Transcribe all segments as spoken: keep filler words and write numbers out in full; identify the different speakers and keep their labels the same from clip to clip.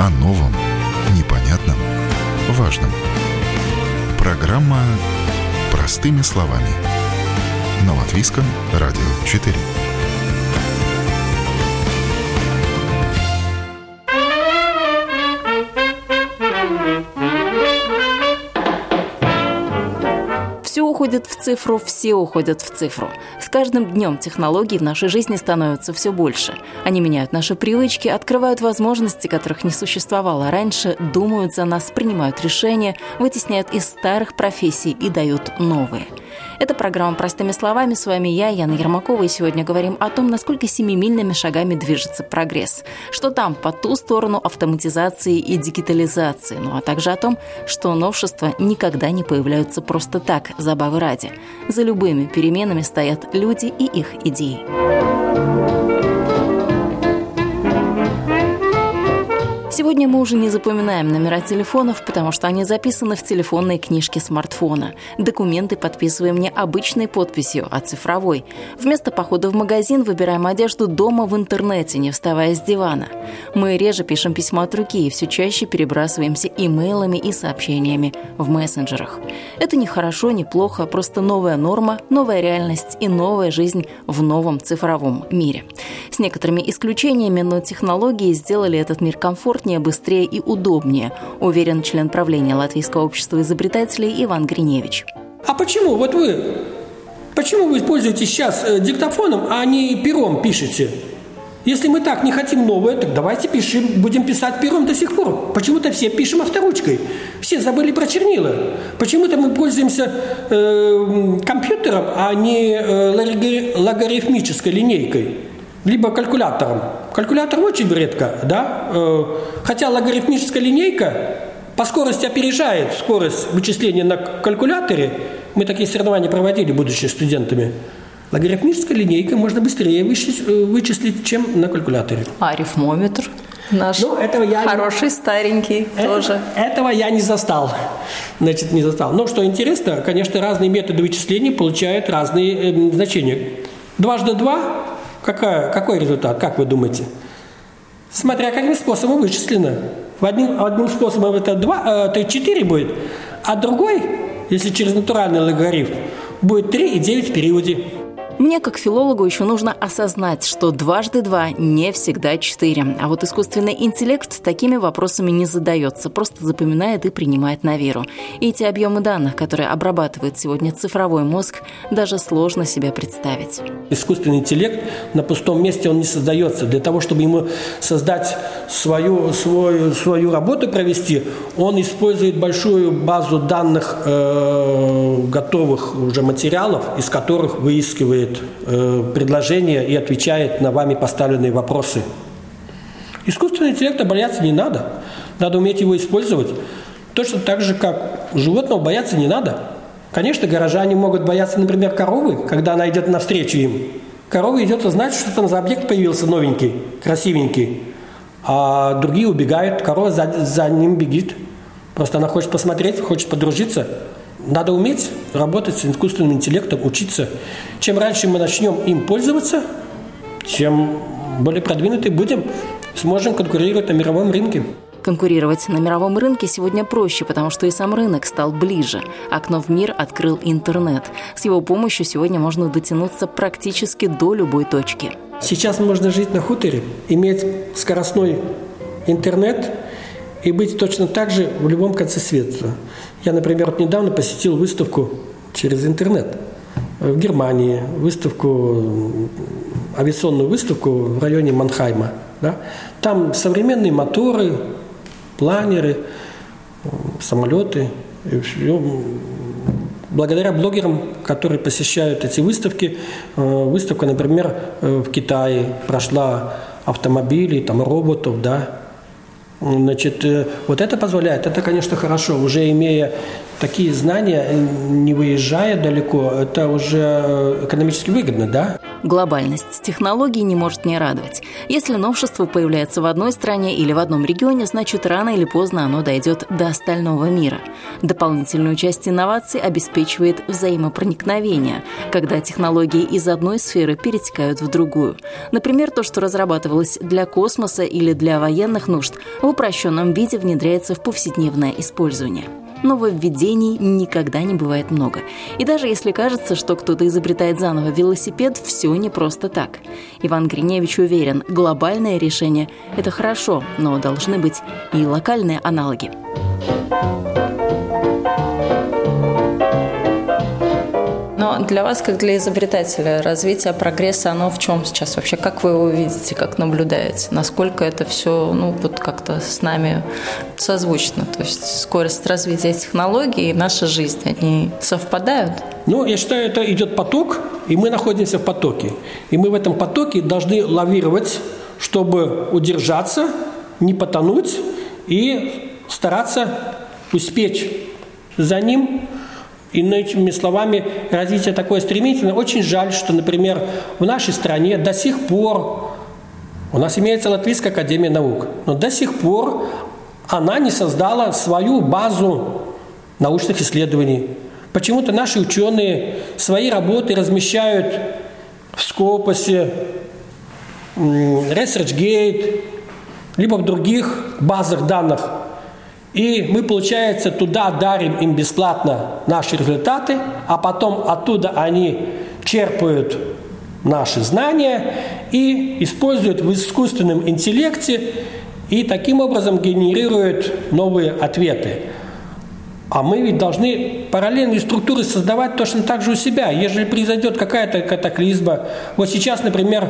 Speaker 1: О новом, непонятном, важном. Программа «Простыми словами» на Латвийском радио четыре.
Speaker 2: Все уходит в цифру, все уходят в цифру. С каждым днем технологий в нашей жизни становится все больше. Они меняют наши привычки, открывают возможности, которых не существовало раньше, думают за нас, принимают решения, вытесняют из старых профессий и дают новые. Это программа «Простыми словами». С вами я, Яна Ермакова, и сегодня говорим о том, насколько семимильными шагами движется прогресс. Что там по ту сторону автоматизации и дигитализации, ну а также о том, что новшества никогда не появляются просто так, забавы ради. За любыми переменами стоят люди и их идеи. Сегодня мы уже не запоминаем номера телефонов, потому что они записаны в телефонной книжке смартфона. Документы подписываем не обычной подписью, а цифровой. Вместо похода в магазин выбираем одежду дома в интернете, не вставая с дивана. Мы реже пишем письма от руки и все чаще перебрасываемся имейлами и сообщениями в мессенджерах. Это не хорошо, не плохо, просто новая норма, новая реальность и новая жизнь в новом цифровом мире. С некоторыми исключениями, но технологии сделали этот мир комфортнее, быстрее и удобнее, уверен член правления Латвийского общества изобретателей Иван Гриневич.
Speaker 3: А почему вот вы, почему вы пользуетесь сейчас диктофоном, а не пером пишете? Если мы так не хотим новое, так давайте пишем, будем писать пером до сих пор. Почему-то все пишем авторучкой. Все забыли про чернила. Почему-то мы пользуемся э, компьютером, а не э, логарифмической линейкой. Либо калькулятором. Калькулятор очень редко, да? Э, хотя логарифмическая линейка по скорости опережает скорость вычисления на калькуляторе. Мы такие соревнования проводили, будучи студентами. Логарифмической линейкой можно быстрее вычислить, вычислить, чем на калькуляторе.
Speaker 2: А арифмометр наш ну, этого я хороший, не... старенький
Speaker 3: это,
Speaker 2: тоже.
Speaker 3: Этого я не застал. Значит, не застал. Но что интересно, конечно, разные методы вычисления получают разные э, значения. Дважды два, какая, какой результат, как вы думаете? Смотря каким способом вычислено. В одним, одним способом это два, э, четыре будет, а другой, если через натуральный логарифм, будет три и девять в периоде.
Speaker 2: Мне, как филологу, еще нужно осознать, что дважды два не всегда четыре. А вот искусственный интеллект такими вопросами не задается, просто запоминает и принимает на веру. И эти объемы данных, которые обрабатывает сегодня цифровой мозг, даже сложно себе представить.
Speaker 3: Искусственный интеллект на пустом месте он не создается. Для того, чтобы ему создать свою, свою, свою работу провести, он использует большую базу данных э, готовых уже материалов, из которых выискивает предложения и отвечает на вами поставленные вопросы. Искусственного интеллекта бояться не надо. Надо уметь его использовать. Точно так же, как животного бояться не надо. Конечно, горожане могут бояться, например, коровы, когда она идет навстречу им. Корова идет и знает, что там за объект появился новенький, красивенький. А другие убегают, корова за, за ним бегит. Просто она хочет посмотреть, хочет подружиться. Надо уметь работать с искусственным интеллектом, учиться. Чем раньше мы начнем им пользоваться, тем более продвинуты будем, сможем конкурировать на мировом рынке.
Speaker 2: Конкурировать на мировом рынке сегодня проще, потому что и сам рынок стал ближе. Окно в мир открыл интернет. С его помощью сегодня можно дотянуться практически до любой точки.
Speaker 3: Сейчас можно жить на хуторе, иметь скоростной интернет и быть точно так же в любом конце света. Я, например, недавно посетил выставку через интернет в Германии, выставку, авиационную выставку в районе Манхайма. Да? Там современные моторы, планеры, самолеты. Благодаря блогерам, которые посещают эти выставки, выставка, например, в Китае прошла автомобилей, там, роботов, да. Значит, вот это позволяет, это, конечно, хорошо, уже имея такие знания, не выезжая далеко, это уже экономически выгодно, да?
Speaker 2: Глобальность технологий не может не радовать. Если новшество появляется в одной стране или в одном регионе, значит, рано или поздно оно дойдет до остального мира. Дополнительную часть инноваций обеспечивает взаимопроникновение, когда технологии из одной сферы перетекают в другую. Например, то, что разрабатывалось для космоса или для военных нужд, в упрощенном виде внедряется в повседневное использование. Нововведений никогда не бывает много. И даже если кажется, что кто-то изобретает заново велосипед, все не просто так. Иван Гриневич уверен, глобальное решение – это хорошо, но должны быть и локальные аналоги. Но для вас, как для изобретателя, развитие прогресса, оно в чем сейчас вообще? Как вы его видите, как наблюдаете? Насколько это все, ну, вот как-то с нами созвучно? То есть скорость развития технологий и наша жизнь, они совпадают?
Speaker 3: Ну, я считаю, это идет поток, и мы находимся в потоке. И мы в этом потоке должны лавировать, чтобы удержаться, не потонуть и стараться успеть за ним. Иными словами, развитие такое стремительное. Очень жаль, что, например, в нашей стране до сих пор, у нас имеется Латвийская академия наук, но до сих пор она не создала свою базу научных исследований. Почему-то наши ученые свои работы размещают в Scopus, ResearchGate, либо в других базах данных. И мы, получается, туда дарим им бесплатно наши результаты, а потом оттуда они черпают наши знания и используют в искусственном интеллекте и таким образом генерируют новые ответы. А мы ведь должны параллельные структуры создавать точно так же у себя. Если произойдет какая-то катаклизма, вот сейчас, например,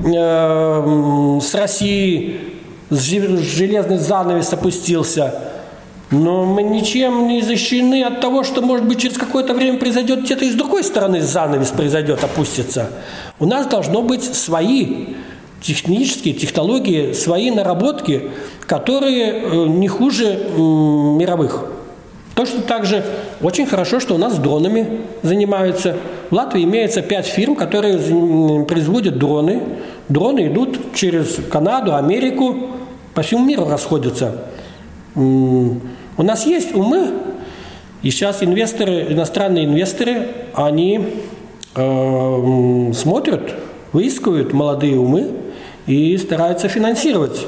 Speaker 3: с Россией железный занавес опустился, но мы ничем не защищены от того, что, может быть, через какое-то время произойдет где-то и с другой стороны занавес произойдет, опустится. У нас должно быть свои технические технологии, свои наработки, которые не хуже мировых. Точно так же очень хорошо, что у нас с дронами занимаются. В Латвии имеется пять фирм, которые производят дроны. Дроны идут через Канаду, Америку, по всему миру расходятся. У нас есть умы, и сейчас инвесторы, иностранные инвесторы, они э, смотрят, выискивают молодые умы и стараются финансировать.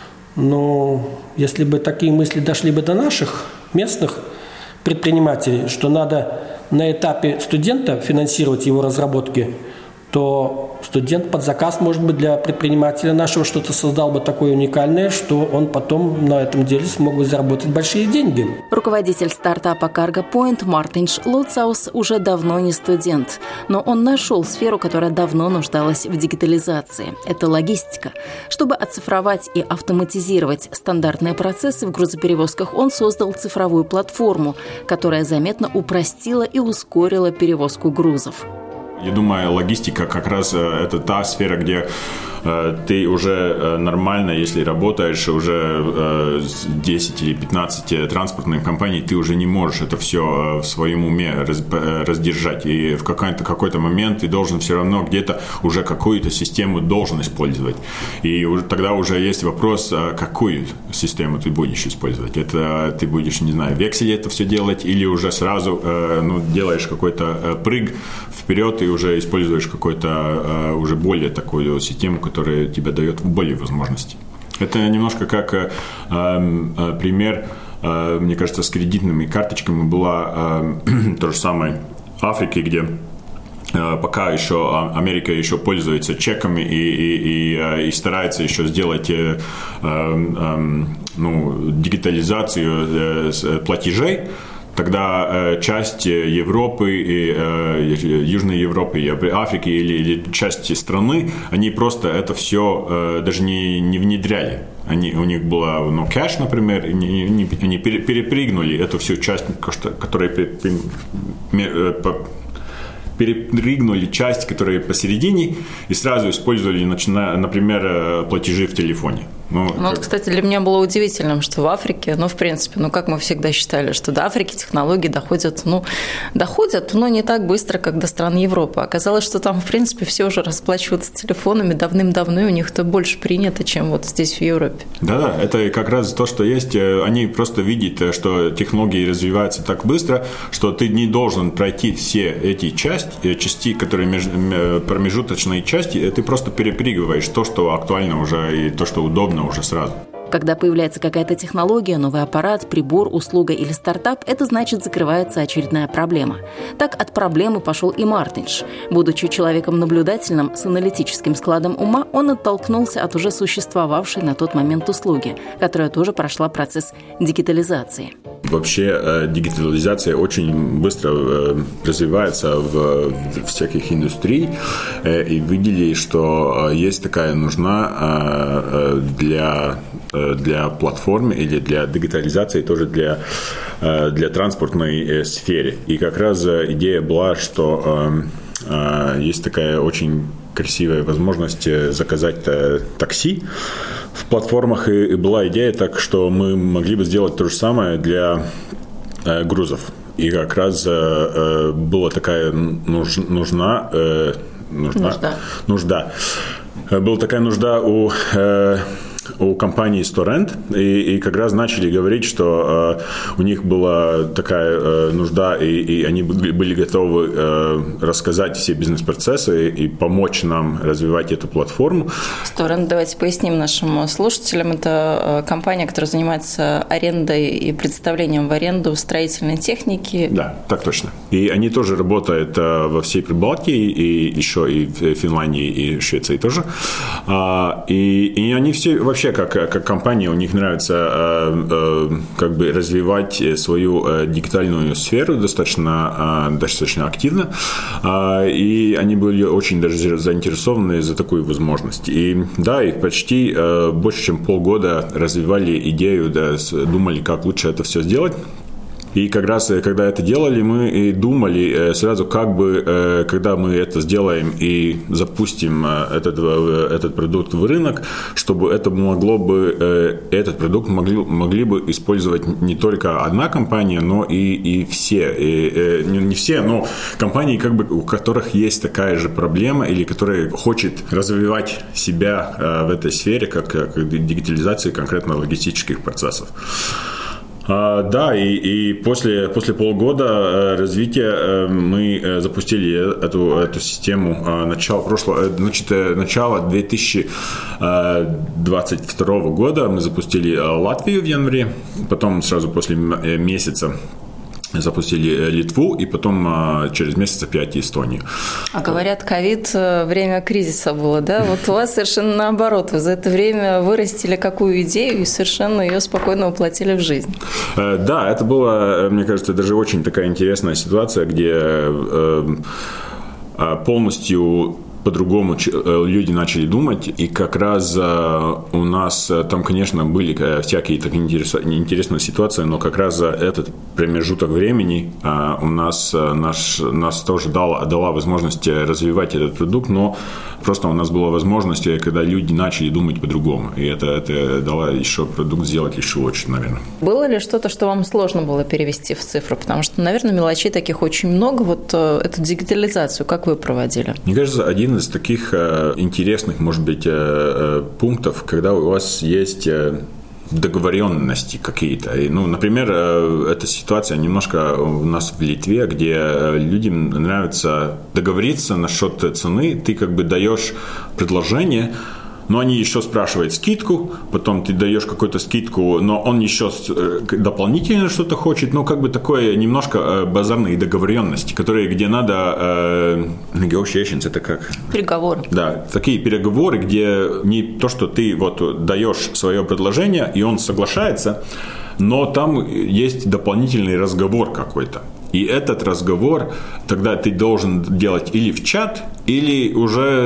Speaker 3: Но если бы такие мысли дошли бы до наших местных предпринимателей, что надо на этапе студента финансировать его разработки, то студент под заказ, может быть, для предпринимателя нашего что-то создал бы такое уникальное, что он потом на этом деле смог бы заработать большие деньги.
Speaker 2: Руководитель стартапа Cargo Point Мартинш Луцаус уже давно не студент, но он нашел сферу, которая давно нуждалась в дигитализации. Это логистика. Чтобы оцифровать и автоматизировать стандартные процессы в грузоперевозках, он создал цифровую платформу, которая заметно упростила и ускорила перевозку грузов.
Speaker 4: Я думаю, логистика как раз это та сфера, где э, ты уже э, нормально, если работаешь уже э, с десять или пятнадцать транспортных компаний, ты уже не можешь это все в своем уме раз, раздержать. И в какой-то, какой-то момент ты должен все равно где-то уже какую-то систему должен использовать. И уже, тогда уже есть вопрос, какую систему ты будешь использовать. Это ты будешь, не знаю, в Excel это все делать или уже сразу э, ну, делаешь какой-то э, прыг вперед и уже используешь какую-то uh, уже более такую систему, которая тебе дает более возможностей. Это немножко как uh, uh, пример, uh, мне кажется, с кредитными карточками была uh, то же самое в Африке, где uh, пока еще Америка еще пользуется чеками и, и, и, и старается еще сделать uh, uh, ну, дигитализацию uh, платежей. Тогда э, часть Европы, и, э, Южной Европы, и Африки или, или часть страны, они просто это все э, даже не, не внедряли. Они, у них была ну, кэш, например, они, они перепрыгнули эту всю часть, которая перепрыгнули часть, которая посередине, и сразу использовали, например, платежи в телефоне.
Speaker 2: Ну, ну вот, кстати, для меня было удивительным, что в Африке, ну, в принципе, ну, как мы всегда считали, что до Африки технологии доходят, ну, доходят, но не так быстро, как до стран Европы. Оказалось, что там, в принципе, все уже расплачиваются телефонами давным-давно, и у них это больше принято, чем вот здесь, в Европе.
Speaker 4: Да-да, это как раз то, что есть. Они просто видят, что технологии развиваются так быстро, что ты не должен пройти все эти части, части, которые между, промежуточные части, ты просто перепрыгиваешь то, что актуально уже, и то, что удобно уже сразу.
Speaker 2: Когда появляется какая-то технология, новый аппарат, прибор, услуга или стартап, это значит, закрывается очередная проблема. Так от проблемы пошел и Мартинш. Будучи человеком наблюдательным, с аналитическим складом ума, он оттолкнулся от уже существовавшей на тот момент услуги, которая тоже прошла процесс дигитализации.
Speaker 4: Вообще дигитализация очень быстро развивается в всяких индустриях, и видели, что есть такая нужна для, для платформы или для дигитализации, тоже для, для транспортной сферы. И как раз идея была, что есть такая очень красивая возможность заказать такси в платформах, и была идея так, что мы могли бы сделать то же самое для грузов. И как раз была такая нуж, нужна, нужна, нужда. нужда. Была такая нужда у у компании StoreEnd, и, и как раз начали говорить, что э, у них была такая э, нужда, и, и они были готовы э, рассказать все бизнес-процессы и помочь нам развивать эту платформу.
Speaker 2: StoreEnd, давайте поясним нашим слушателям, это компания, которая занимается арендой и представлением в аренду строительной техники.
Speaker 4: Да, так точно. И они тоже работают э, во всей Прибалтике, и еще и в Финляндии, и Швеции тоже. А, и, и они все вообще как, как компания, у них нравится э, э, как бы развивать свою э, дигитальную сферу достаточно, э, достаточно активно, э, и они были очень даже заинтересованы за такую возможность. И да, и почти э, больше чем полгода развивали идею, да, думали, как лучше это все сделать. И как раз, когда это делали, мы и думали сразу, как бы, когда мы это сделаем и запустим этот, этот продукт в рынок, чтобы это могло бы, этот продукт могли, могли бы использовать не только одна компания, но и, и все. И, не все, но компании, как бы, у которых есть такая же проблема или которые хочет развивать себя в этой сфере, как, как дигитализации конкретно логистических процессов. А, да, и, и после, после полгода развития мы запустили эту, эту систему начало прошлого, значит, начало две тысячи двадцать второго года мы запустили Латвию в январе, потом сразу после месяца запустили Литву, и потом через месяц опять Эстонию.
Speaker 2: А говорят, ковид время кризиса было, да? Вот у вас совершенно наоборот. Вы за это время вырастили какую идею и совершенно ее спокойно воплотили в жизнь.
Speaker 4: Да, это была, мне кажется, даже очень такая интересная ситуация, где полностью по-другому люди начали думать, и как раз у нас там, конечно, были всякие такие интересные ситуации, но как раз этот промежуток времени у нас, наш, нас тоже дала, дала возможность развивать этот продукт, но просто у нас была возможность, когда люди начали думать по-другому, и это, это дало еще продукт сделать еще лучше, наверное.
Speaker 2: Было ли что-то, что вам сложно было перевести в цифру? Потому что, наверное, мелочей таких очень много. Вот эту дигитализацию как вы проводили?
Speaker 4: Мне кажется, один из таких э, интересных, может быть, э, э, пунктов, когда у вас есть э, договоренности какие-то. И, ну, например, э, эта ситуация немножко у нас в Литве, где э, людям нравится договориться насчет цены. Ты как бы даешь предложение, но они еще спрашивают скидку, потом ты даешь какую-то скидку, но он еще дополнительно что-то хочет, ну, как бы такое немножко базарные договоренности, которые, где надо э, negotiations, это как?
Speaker 2: Переговоры.
Speaker 4: Да, такие переговоры, где не то, что ты вот даешь свое предложение, и он соглашается, но там есть дополнительный разговор какой-то. И этот разговор тогда ты должен делать или в чат, или уже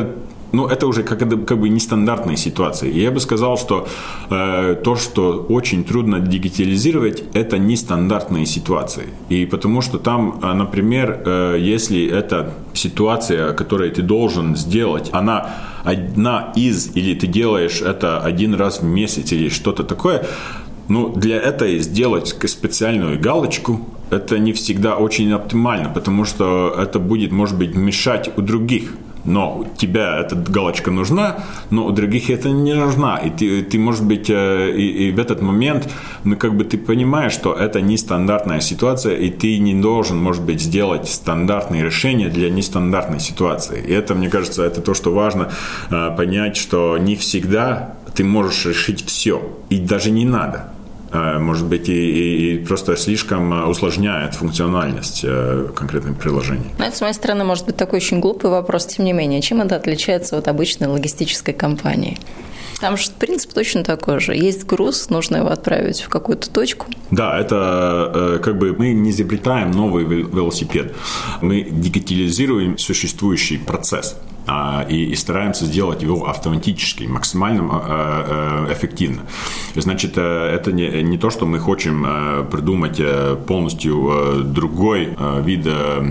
Speaker 4: ну, это уже как, как бы нестандартные ситуации. И я бы сказал, что э, то, что очень трудно дигитализировать, это нестандартные ситуации. И потому что там, например, э, если эта ситуация, которую ты должен сделать, она одна из, или ты делаешь это один раз в месяц или что-то такое, ну, для этого сделать специальную галочку, это не всегда очень оптимально, потому что это будет, может быть, мешать у других. Но у тебя эта галочка нужна, но у других это не нужна. И ты, ты может быть, и, и в этот момент, ну, как бы ты понимаешь, что это нестандартная ситуация, и ты не должен, может быть, сделать стандартные решения для нестандартной ситуации. И это, мне кажется, это то, что важно э, понять, что не всегда ты можешь решить все. И даже не надо. Может быть, и, и, и просто слишком усложняет функциональность конкретных приложений.
Speaker 2: Но это, с моей стороны, может быть такой очень глупый вопрос. Тем не менее, чем это отличается от обычной логистической компании? Там же принцип точно такой же. Есть груз, нужно его отправить в какую-то точку.
Speaker 4: Да, это как бы мы не изобретаем новый велосипед. Мы дигитализируем существующий процесс. И, и стараемся сделать его автоматически, максимально э, эффективно. Значит, это не, не то, что мы хотим придумать полностью другой вид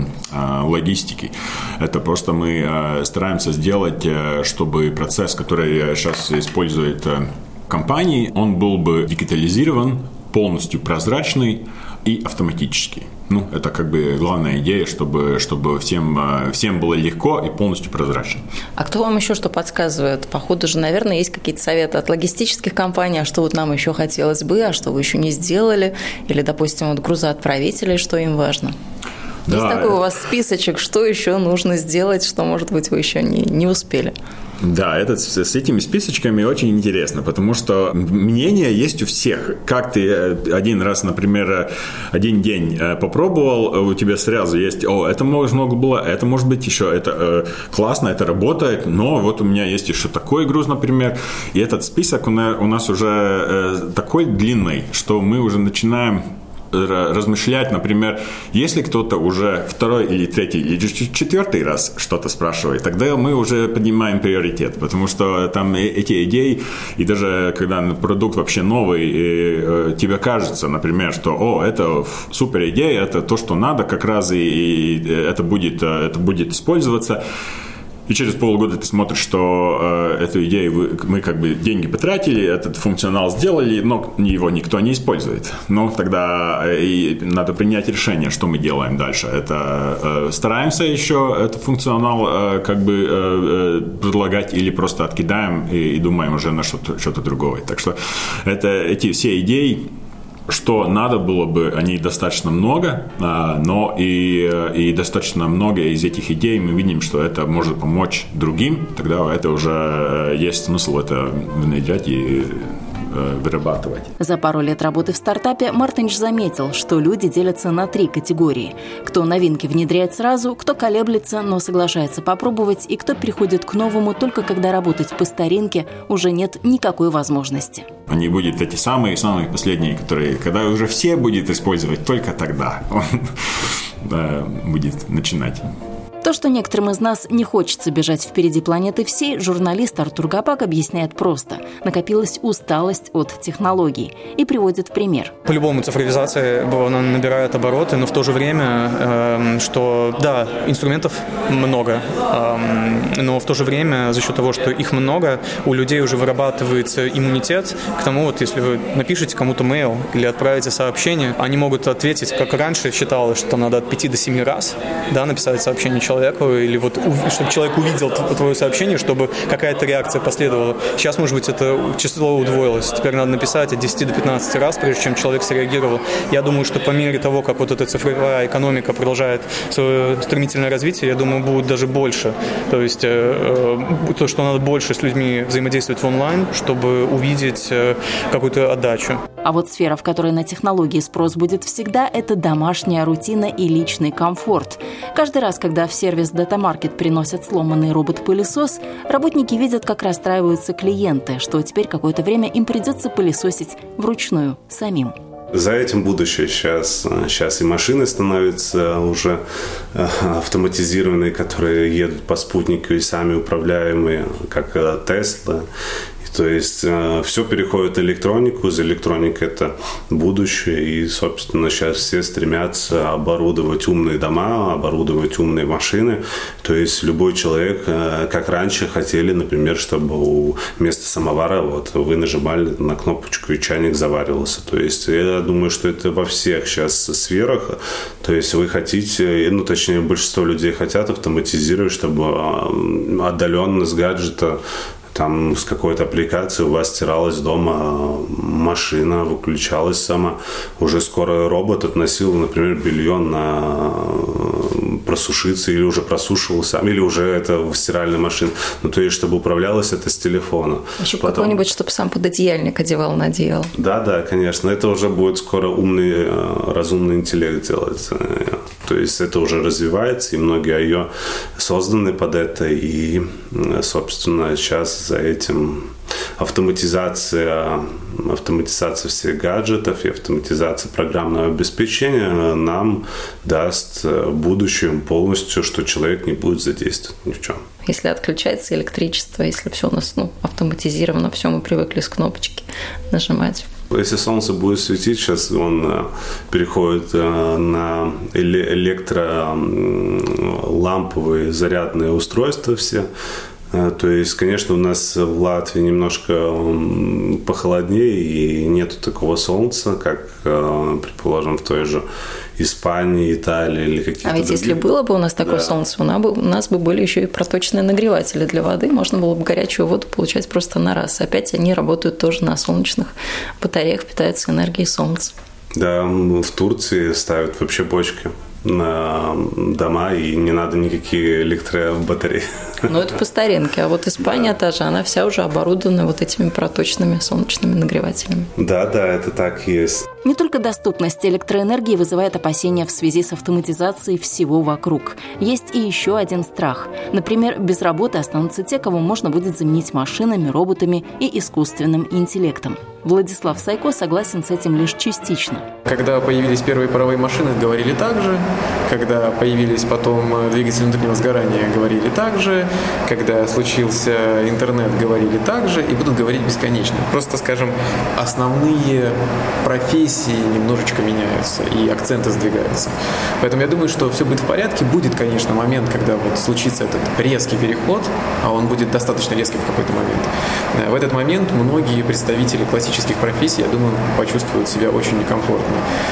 Speaker 4: логистики. Это просто мы стараемся сделать, чтобы процесс, который сейчас использует компании, он был бы дигитализирован, полностью прозрачный и автоматический. Ну, это как бы главная идея, чтобы, чтобы всем, всем было легко и полностью прозрачно.
Speaker 2: А кто вам еще что подсказывает? Походу же, наверное, есть какие-то советы от логистических компаний, а что вот нам еще хотелось бы, а что вы еще не сделали? Или, допустим, от грузоотправителей, что им важно? Да. Есть такой у вас списочек, что еще нужно сделать, что, может быть, вы еще не, не успели?
Speaker 4: Да, это с, с этими списочками очень интересно, потому что мнение есть у всех. Как ты один раз, например, один день попробовал, у тебя сразу есть, о, это можно было, это может быть еще, это э, классно, это работает, но вот у меня есть еще такой груз, например, и этот список у нас, у нас уже э, такой длинный, что мы уже начинаем размышлять, например, если кто-то уже второй или третий или четвертый раз что-то спрашивает, тогда мы уже поднимаем приоритет, потому что там эти идеи, и даже когда продукт вообще новый, и тебе кажется, например, что о, это супер идея, это то, что надо как раз, и, и это будет, это будет использоваться. И через полгода ты смотришь, что э, эту идею вы, мы как бы деньги потратили, этот функционал сделали, но его никто не использует. Ну, тогда э, и надо принять решение, что мы делаем дальше. Это э, стараемся еще этот функционал э, как бы э, предлагать или просто откидаем и, и думаем уже на что-то, что-то другое. Так что это, эти все идеи, что надо было бы, они достаточно много, но и, и достаточно много из этих идей мы видим, что это может помочь другим, тогда это уже есть смысл это внедрять и вырабатывать.
Speaker 2: За пару лет работы в стартапе Мартинш заметил, что люди делятся на три категории. Кто новинки внедряет сразу, кто колеблется, но соглашается попробовать, и кто переходит к новому только когда работать по старинке уже нет никакой возможности.
Speaker 4: Они будут эти самые-самые последние, которые, когда уже все будут использовать, только тогда он будет начинать.
Speaker 2: То, что некоторым из нас не хочется бежать впереди планеты всей, журналист Артур Гапак объясняет просто. Накопилась усталость от технологий и приводит пример.
Speaker 5: По-любому цифровизация она набирает обороты, но в то же время, э, что да, инструментов много, э, но в то же время за счет того, что их много, у людей уже вырабатывается иммунитет к тому, вот если вы напишете кому-то мейл или отправите сообщение, они могут ответить, как раньше считалось, что надо от пяти до семи раз, да, написать сообщение человеку, или вот чтобы человек увидел твое сообщение, чтобы какая-то реакция последовала. Сейчас, может быть, это число удвоилось. Теперь надо написать от десяти до пятнадцати раз, прежде чем человек среагировал. Я думаю, что по мере того, как вот эта цифровая экономика продолжает свое стремительное развитие, я думаю, будет даже больше. То есть э, то, что надо больше с людьми взаимодействовать в онлайн, чтобы увидеть э, какую-то отдачу.
Speaker 2: А вот сфера, в которой на технологии спрос будет всегда, это домашняя рутина и личный комфорт. Каждый раз, когда в сервис Data Market приносят сломанный робот-пылесос, работники видят, как расстраиваются клиенты, что теперь какое-то время им придется пылесосить вручную самим.
Speaker 6: За этим будущее сейчас. Сейчас и машины становятся уже автоматизированные, которые едут по спутнику и сами управляемые, как Tesla. То есть э, все переходит в электронику, из электроники это будущее, и, собственно, сейчас все стремятся оборудовать умные дома, оборудовать умные машины. То есть любой человек, э, как раньше хотели, например, чтобы у, вместо самовара вот, вы нажимали на кнопочку и чайник заваривался. То есть я думаю, что это во всех сейчас сферах. То есть вы хотите, ну, точнее, большинство людей хотят автоматизировать, чтобы отдаленно с гаджета, там с какой-то аппликации у вас стиралась дома машина, выключалась сама. Уже скоро робот относил, например, белье на просушиться или уже просушивал сам, или уже это в стиральной машине. Ну, то есть, чтобы управлялось это с телефона.
Speaker 2: Еще Потом... какой-нибудь, чтобы сам пододеяльник одевал на одеяло.
Speaker 6: Да, да, конечно. Это уже будет скоро умный, разумный интеллект делать. То есть, это уже развивается, и многие ай о созданы под это. И, собственно, сейчас за этим автоматизация, автоматизация всех гаджетов и автоматизация программного обеспечения нам даст в будущем полностью, что человек не будет задействовать ни в чем.
Speaker 2: Если отключается электричество, если все у нас ну, автоматизировано, все мы привыкли с кнопочки нажимать.
Speaker 6: Если солнце будет светить, сейчас он переходит на электроламповые зарядные устройства все. То есть, конечно, у нас в Латвии немножко похолоднее и нету такого солнца, как, предположим, в той же Испании, Италии или каких-то
Speaker 2: А ведь
Speaker 6: других.
Speaker 2: Если было бы у нас такое
Speaker 6: да.
Speaker 2: солнце, у нас, бы, у нас бы были еще и проточные нагреватели для воды, можно было бы горячую воду получать просто на раз. Опять они работают тоже на солнечных батареях, питаются энергией солнца.
Speaker 6: Да, в Турции ставят вообще бочки на дома, и не надо никакие электробатареи.
Speaker 2: Ну, это по старинке. А вот Испания да. та же, она вся уже оборудована вот этими проточными солнечными нагревателями.
Speaker 6: Да, да, это так и есть.
Speaker 2: Не только доступность электроэнергии вызывает опасения в связи с автоматизацией всего вокруг. Есть и еще один страх. Например, без работы останутся те, кого можно будет заменить машинами, роботами и искусственным интеллектом. Владислав Сайко согласен с этим лишь частично.
Speaker 5: Когда появились первые паровые машины, говорили так же. Когда появились потом двигатели внутреннего сгорания, говорили так же. Когда случился интернет, говорили так же. И будут говорить бесконечно. Просто, скажем, основные профессии немножечко меняются. И акценты сдвигаются. Поэтому я думаю, что все будет в порядке. Будет, конечно, момент, когда вот случится этот резкий переход. А он будет достаточно резким в какой-то момент. В этот момент многие представители классических профессий, я думаю, почувствуют себя очень некомфортно.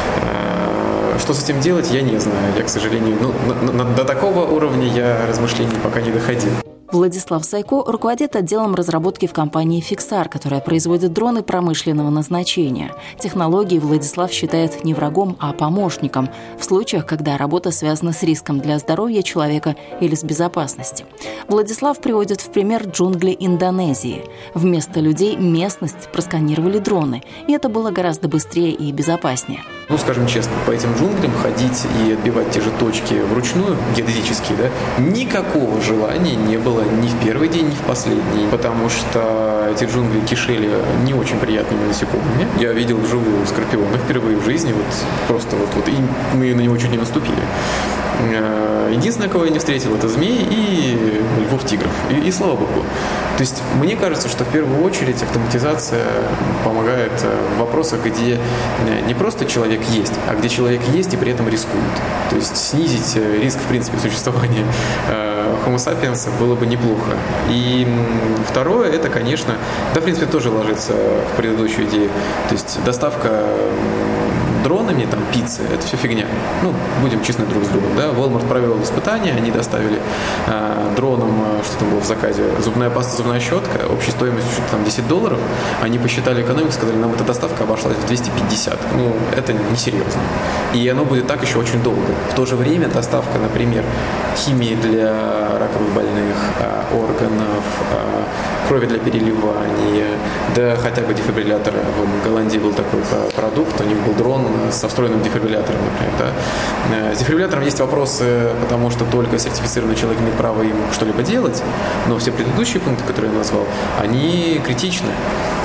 Speaker 5: Что с этим делать, я не знаю. Я, к сожалению, ну, на, на, до такого уровня я размышлений пока не доходил.
Speaker 2: Владислав Сайко руководит отделом разработки в компании «Фиксар», которая производит дроны промышленного назначения. Технологии Владислав считает не врагом, а помощником в случаях, когда работа связана с риском для здоровья человека или с безопасностью. Владислав приводит в пример джунгли Индонезии. Вместо людей местность просканировали дроны, и это было гораздо быстрее и безопаснее.
Speaker 5: Ну, скажем честно, по этим джунглям ходить и отбивать те же точки вручную, геодезические, да, никакого желания не было ни в первый день, ни в последний, потому что эти джунгли кишели не очень приятными насекомыми. Я видел вживую скорпиона впервые в жизни, вот просто вот, вот и мы на него чуть не наступили. Единственное, кого я не встретил, это змеи и львов-тигров. И, и слава богу. То есть мне кажется, что в первую очередь автоматизация помогает в вопросах, где не просто человек есть, а где человек есть и при этом рискует. То есть снизить риск, в принципе, существования Homo sapiens было бы неплохо. И второе, это, конечно, да, в принципе, тоже ложится в предыдущую идею. То есть доставка дронами, там, пиццы, это все фигня. Ну, будем честны друг с другом, да. Walmart провел испытания, они доставили э, дроном, что там было в заказе, зубная паста, зубная щетка, общей стоимостью что-то там десять долларов. Они посчитали экономику, сказали, нам эта доставка обошлась в двести пятьдесят. Ну, это несерьезно. И оно будет так еще очень долго. В то же время доставка, например, химии для раковых больных, э, органов, э, крови для переливания, да хотя бы дефибриллятора. В Голландии был такой продукт, у них был дрон со встроенным дефибриллятором, например. Да. С дефибриллятором есть вопросы, потому что только сертифицированный человек имеет право им что-либо делать, но все предыдущие пункты, которые я назвал, они критичны.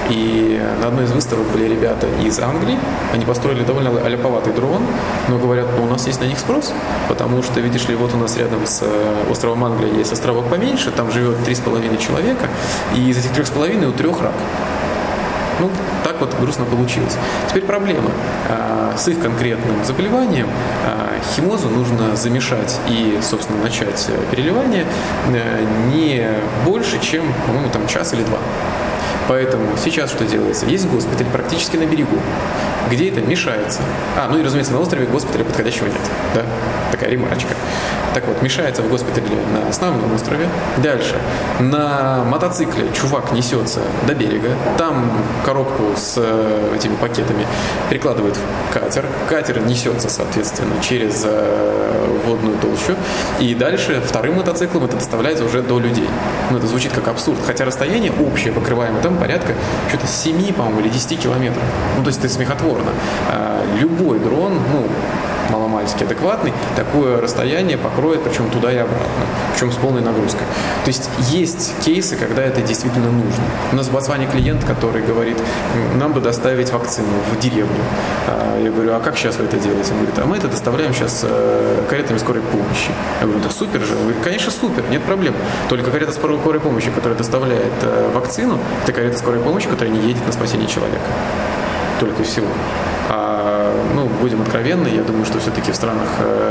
Speaker 7: И на одной из выставок были ребята из Англии, они построили довольно аляповатый дрон, но говорят, ну, у нас есть на них спрос, потому что, видишь ли, вот у нас рядом с островом Англия есть островок поменьше, там живет три с половиной человека, и из этих трех с половиной у трех рак. Ну, так вот грустно получилось. Теперь проблема. С их конкретным заболеванием химозу нужно замешать и, собственно, начать переливание не больше, чем, по-моему, там час или два. Поэтому сейчас что делается? Есть госпиталь практически на берегу, где это мешается. А, ну и, разумеется, на острове госпиталя подходящего нет. Да? Такая ремарочка. Так вот, мешается в госпитале на основном острове. Дальше. На мотоцикле чувак несется до берега. Там коробку с этими пакетами прикладывает в катер. Катер несется, соответственно, через водную толщу. И дальше вторым мотоциклом это доставляется уже до людей. Ну, это звучит как абсурд. Хотя расстояние общее, покрываемое, там порядка что-то семь, по-моему, или десять километров. Ну, то есть это смехотворно. Любой дрон, ну, маломальски адекватный, такое расстояние покроет, причем туда и обратно, причем с полной нагрузкой. То есть есть кейсы, когда это действительно нужно. У нас в Ботсване клиент, который говорит, нам бы доставить вакцину в деревню. Я говорю, а как сейчас вы это делаете? Он говорит, а мы это доставляем сейчас каретами скорой помощи. Я говорю, это супер же. Он говорит, конечно, супер, нет проблем. Только карета скорой помощи, которая доставляет вакцину, это карета скорой помощи, которая не едет на спасение человека. Только и всего. А, ну, будем откровенны, я думаю, что все-таки в странах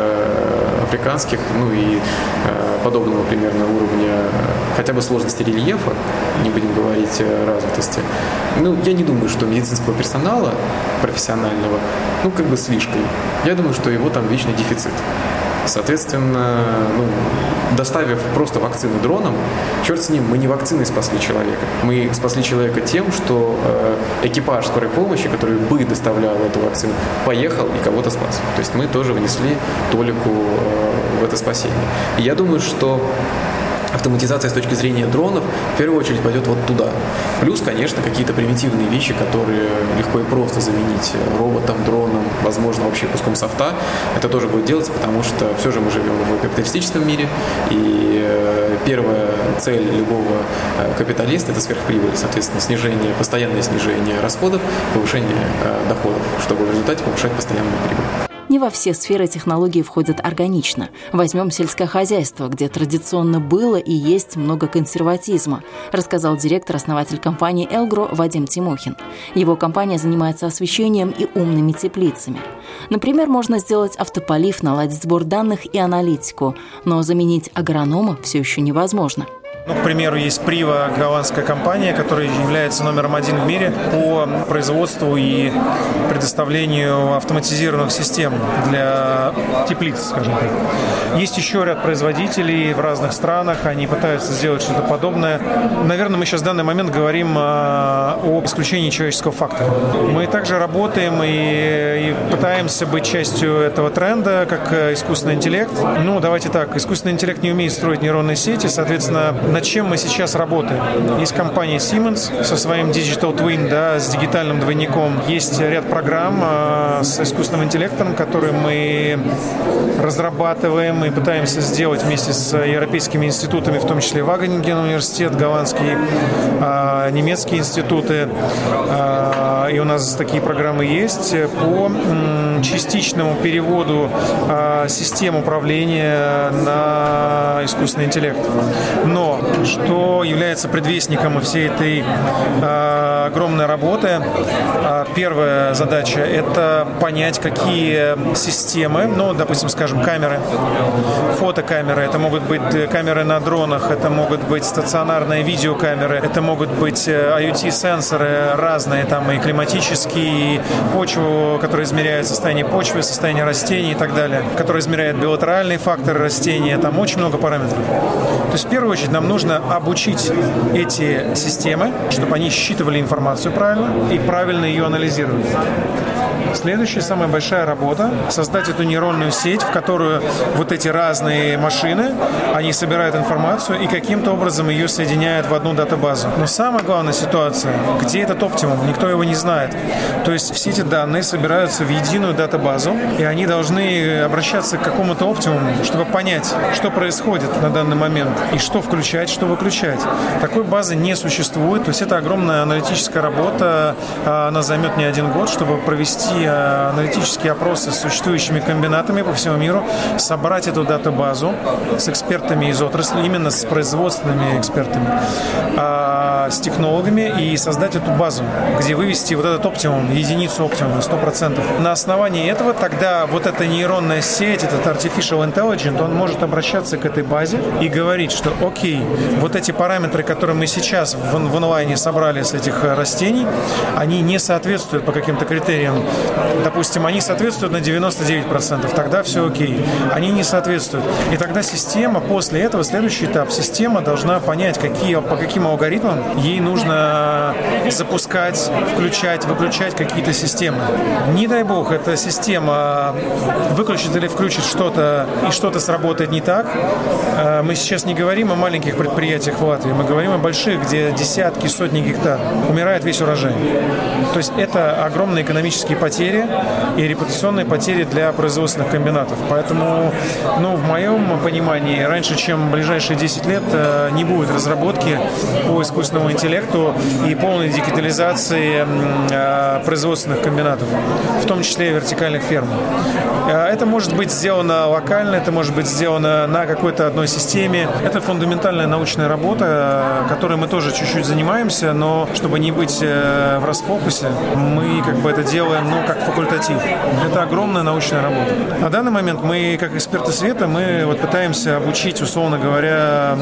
Speaker 7: э, африканских, ну и э, подобного примерно уровня, хотя бы сложности рельефа, не будем говорить о развитости, ну, я не думаю, что медицинского персонала профессионального, ну, как бы слишком. Я думаю, что его там вечный дефицит. Соответственно, ну, доставив просто вакцины дроном, черт с ним, мы не вакциной спасли человека. Мы спасли человека тем, что э, экипаж скорой помощи, который бы доставлял эту вакцину, поехал и кого-то спас. То есть мы тоже внесли толику э, в это спасение. И я думаю, что автоматизация с точки зрения дронов в первую очередь пойдет вот туда. Плюс, конечно, какие-то примитивные вещи, которые легко и просто заменить роботом, дроном, возможно, вообще куском софта. Это тоже будет делаться, потому что все же мы живем в капиталистическом мире, и первая цель любого капиталиста – это сверхприбыль, соответственно, снижение, постоянное снижение расходов, повышение доходов, чтобы в результате повышать постоянную прибыль.
Speaker 2: Не во все сферы технологии входят органично. Возьмем сельское хозяйство, где традиционно было и есть много консерватизма, рассказал директор-основатель компании «Элгро» Вадим Тимохин. Его компания занимается освещением и умными теплицами. Например, можно сделать автополив, наладить сбор данных и аналитику, но заменить агронома все еще невозможно.
Speaker 8: Ну, к примеру, есть Прива, голландская компания, которая является номером один в мире по производству и предоставлению автоматизированных систем для теплиц, скажем так. Есть еще ряд производителей в разных странах, они пытаются сделать что-то подобное. Наверное, мы сейчас в данный момент говорим о исключении человеческого фактора. Мы также работаем и, и пытаемся быть частью этого тренда, как искусственный интеллект. Ну, давайте так, искусственный интеллект не умеет строить нейронные сети, соответственно, над чем мы сейчас работаем? Есть компания Siemens со своим Digital Twin, да, с дигитальным двойником. Есть ряд программ э, с искусственным интеллектом, которые мы разрабатываем и пытаемся сделать вместе с европейскими институтами, в том числе Вагенинген университет, голландские, э, немецкие институты. Э, и у нас такие программы есть по э, частичному переводу э, систем управления на искусственный интеллект. Но что является предвестником всей этой э, огромной работы? Э, первая задача – это понять, какие системы, ну, допустим, скажем, камеры, фотокамеры, это могут быть камеры на дронах, это могут быть стационарные видеокамеры, это могут быть ай о ти-сенсоры разные, там и климатические, и почву, которая измеряет состояние почвы, состояние растений и так далее, которая измеряет билатеральные факторы растения, там очень много параметров. То есть, в первую очередь, нам нужно обучить эти системы, чтобы они считывали информацию правильно и правильно ее анализировали. Следующая, самая большая работа – создать эту нейронную сеть, в которую вот эти разные машины, они собирают информацию и каким-то образом ее соединяют в одну датабазу. Но самая главная ситуация, где этот оптимум, никто его не знает. То есть все эти данные собираются в единую датабазу, и они должны обращаться к какому-то оптимуму, чтобы понять, что происходит на данный момент, и что включать, что выключать. Такой базы не существует, то есть это огромная аналитическая работа, она займет не один год, чтобы провести аналитические опросы с существующими комбинатами по всему миру, собрать эту датабазу с экспертами из отрасли, именно с производственными экспертами, с технологами и создать эту базу, где вывести вот этот оптимум, единицу оптимума, сто процентов. На основании этого тогда вот эта нейронная сеть, этот artificial intelligence, он может обращаться к этой базе и говорить, что окей, вот эти параметры, которые мы сейчас в, в онлайне собрали с этих растений, они не соответствуют по каким-то критериям. Допустим, они соответствуют на девяносто девять процентов, тогда все окей. Они не соответствуют. И тогда система, после этого, следующий этап, система должна понять, какие, по каким алгоритмам ей нужно запускать, включать, выключать какие-то системы. Не дай бог, эта система выключит или включит что-то, и что-то сработает не так. Мы сейчас не говорим о маленьких предприятиях в Латвии, мы говорим о больших, где десятки, сотни гектар. Умирает весь урожай. То есть это огромные экономические потери и репутационные потери для производственных комбинатов. Поэтому, ну, в моем понимании, раньше, чем в ближайшие десять лет, не будет разработки по искусственному интеллекту и полной дигитализации производственных комбинатов, в том числе и вертикальных ферм. Это может быть сделано локально, это может быть сделано на какой-то одной системе. Это фундаментальная научная работа, которой мы тоже чуть-чуть занимаемся, но чтобы не быть в расфокусе, мы как бы это делаем, ну, как факультатив. Это огромная научная работа. На данный момент мы, как эксперты света, мы вот пытаемся обучить, условно говоря,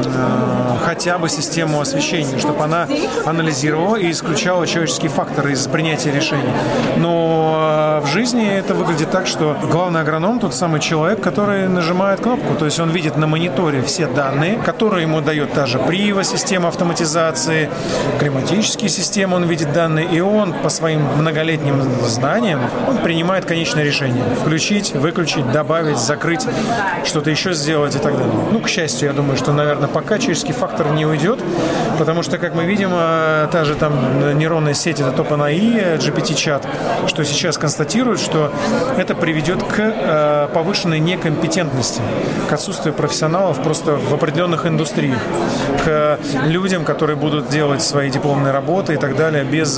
Speaker 8: хотя бы систему освещения, чтобы она анализировала и исключала человеческие факторы из принятия решений. Но в жизни это выглядит так, что главный агроном тот самый человек, который нажимает кнопку, то есть он видит на мониторе все данные, которые ему дает та же Прива, система автоматизации, климатические системы, он видит данные, и он по своим многолетним знаниям он принимает конечное решение. Включить, выключить, добавить, закрыть, что-то еще сделать и так далее. Ну, к счастью, я думаю, что, наверное, пока человеческий фактор не уйдет, потому что, как мы видим, та же там нейронная сеть, это OpenAI, джи пи ти-чат, что сейчас констатирует, что это приведет к повышенной некомпетентности, к отсутствию профессионалов просто в определенных индустриях, к людям, которые будут делать свои дипломные работы и так далее без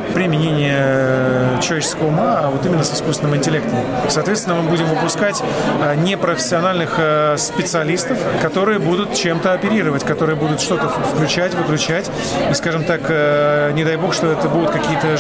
Speaker 8: применения человеческого ума, а вот именно с искусственным интеллектом. Соответственно, мы будем выпускать непрофессиональных специалистов, которые будут чем-то оперировать, которые будут что-то включать, выключать. И, скажем так, не дай бог, что это будут какие-то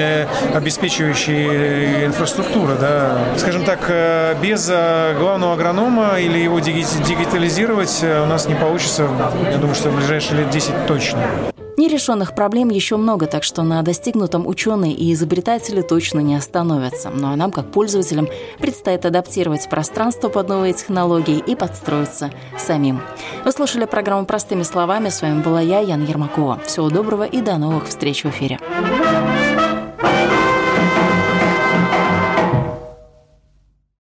Speaker 8: жизнеобеспечивающие инфраструктуры. Да. Скажем так, без главного агронома или его дигитализировать у нас не получится, я думаю, что в ближайшие лет десять точно.
Speaker 2: Нерешенных проблем еще много, так что на достигнутом ученые и изобретатели точно не остановятся. Ну а нам, как пользователям, предстоит адаптировать пространство под новые технологии и подстроиться самим. Вы слушали программу «Простыми словами». С вами была я, Яна Ермакова. Всего доброго и до новых встреч в эфире.